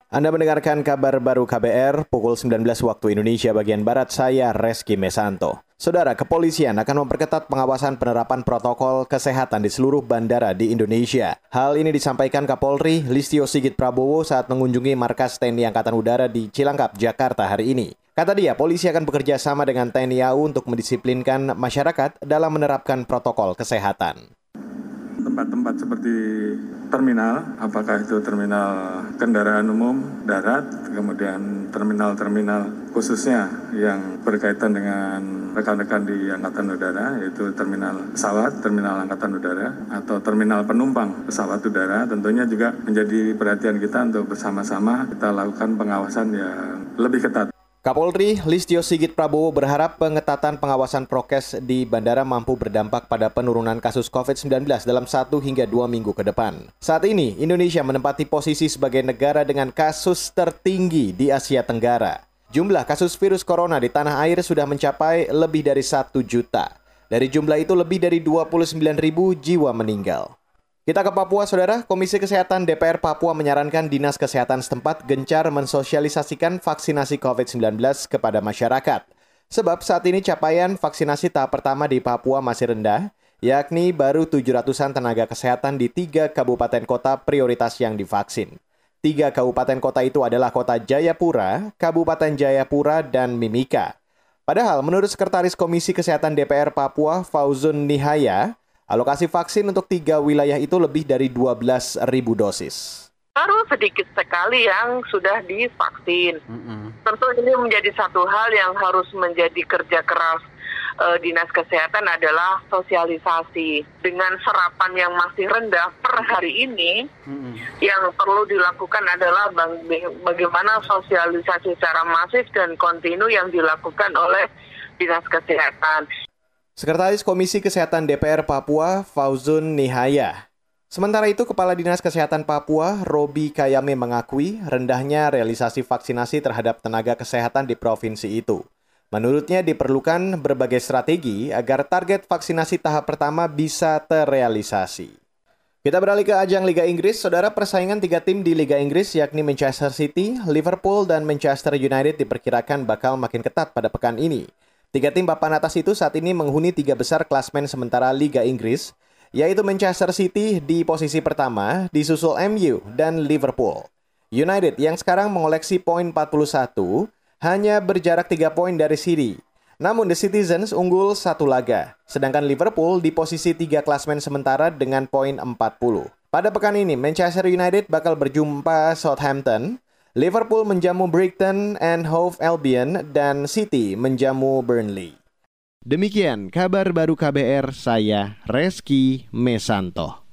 Anda mendengarkan kabar baru KBR pukul 19 waktu Indonesia bagian Barat, saya Reski Mesanto. Saudara, kepolisian akan memperketat pengawasan penerapan protokol kesehatan di seluruh bandara di Indonesia. Hal ini disampaikan Kapolri Listio Sigit Prabowo saat mengunjungi markas TNI Angkatan Udara di Cilangkap, Jakarta hari ini. Kata dia, polisi akan bekerja sama dengan TNI AU untuk mendisiplinkan masyarakat dalam menerapkan protokol kesehatan. Tempat-tempat seperti terminal, apakah itu terminal kendaraan umum, darat, kemudian terminal-terminal khususnya yang berkaitan dengan rekan-rekan di Angkatan Udara, yaitu terminal pesawat, terminal Angkatan Udara, atau terminal penumpang pesawat udara, tentunya juga menjadi perhatian kita untuk bersama-sama kita lakukan pengawasan yang lebih ketat. Kapolri Listio Sigit Prabowo berharap pengetatan pengawasan prokes di bandara mampu berdampak pada penurunan kasus COVID-19 dalam 1 hingga 2 minggu ke depan. Saat ini, Indonesia menempati posisi sebagai negara dengan kasus tertinggi di Asia Tenggara. Jumlah kasus virus corona di tanah air sudah mencapai lebih dari 1 juta. Dari jumlah itu, lebih dari 29.000 jiwa meninggal. Kita ke Papua, Saudara. Komisi Kesehatan DPR Papua menyarankan Dinas Kesehatan setempat gencar mensosialisasikan vaksinasi COVID-19 kepada masyarakat. Sebab saat ini capaian vaksinasi tahap pertama di Papua masih rendah, yakni baru 700-an tenaga kesehatan di 3 kabupaten kota prioritas yang divaksin. 3 kabupaten kota itu adalah Kota Jayapura, Kabupaten Jayapura, dan Mimika. Padahal menurut Sekretaris Komisi Kesehatan DPR Papua, Fauzun Nihaya, alokasi vaksin untuk 3 wilayah itu lebih dari 12.000 dosis. Baru sedikit sekali yang sudah divaksin. Tentu ini menjadi satu hal yang harus menjadi kerja keras Dinas Kesehatan adalah sosialisasi. Dengan serapan yang masih rendah per hari ini, yang perlu dilakukan adalah bagaimana sosialisasi secara masif dan kontinu yang dilakukan oleh Dinas Kesehatan. Sekretaris Komisi Kesehatan DPR Papua, Fauzun Nihaya. Sementara itu, Kepala Dinas Kesehatan Papua, Robi Kayame mengakui rendahnya realisasi vaksinasi terhadap tenaga kesehatan di provinsi itu. Menurutnya diperlukan berbagai strategi agar target vaksinasi tahap pertama bisa terrealisasi. Kita beralih ke ajang Liga Inggris. Saudara, persaingan 3 tim di Liga Inggris yakni Manchester City, Liverpool, dan Manchester United diperkirakan bakal makin ketat pada pekan ini. 3 tim papan atas itu saat ini menghuni 3 besar klasmen sementara Liga Inggris, yaitu Manchester City di posisi pertama, disusul MU dan Liverpool. United yang sekarang mengoleksi poin 41, hanya berjarak 3 poin dari City. Namun The Citizens unggul 1 laga, sedangkan Liverpool di posisi 3 klasmen sementara dengan poin 40. Pada pekan ini, Manchester United bakal berjumpa Southampton, Liverpool menjamu Brighton and Hove Albion, dan City menjamu Burnley. Demikian kabar baru KBR, saya Reski Mesanto.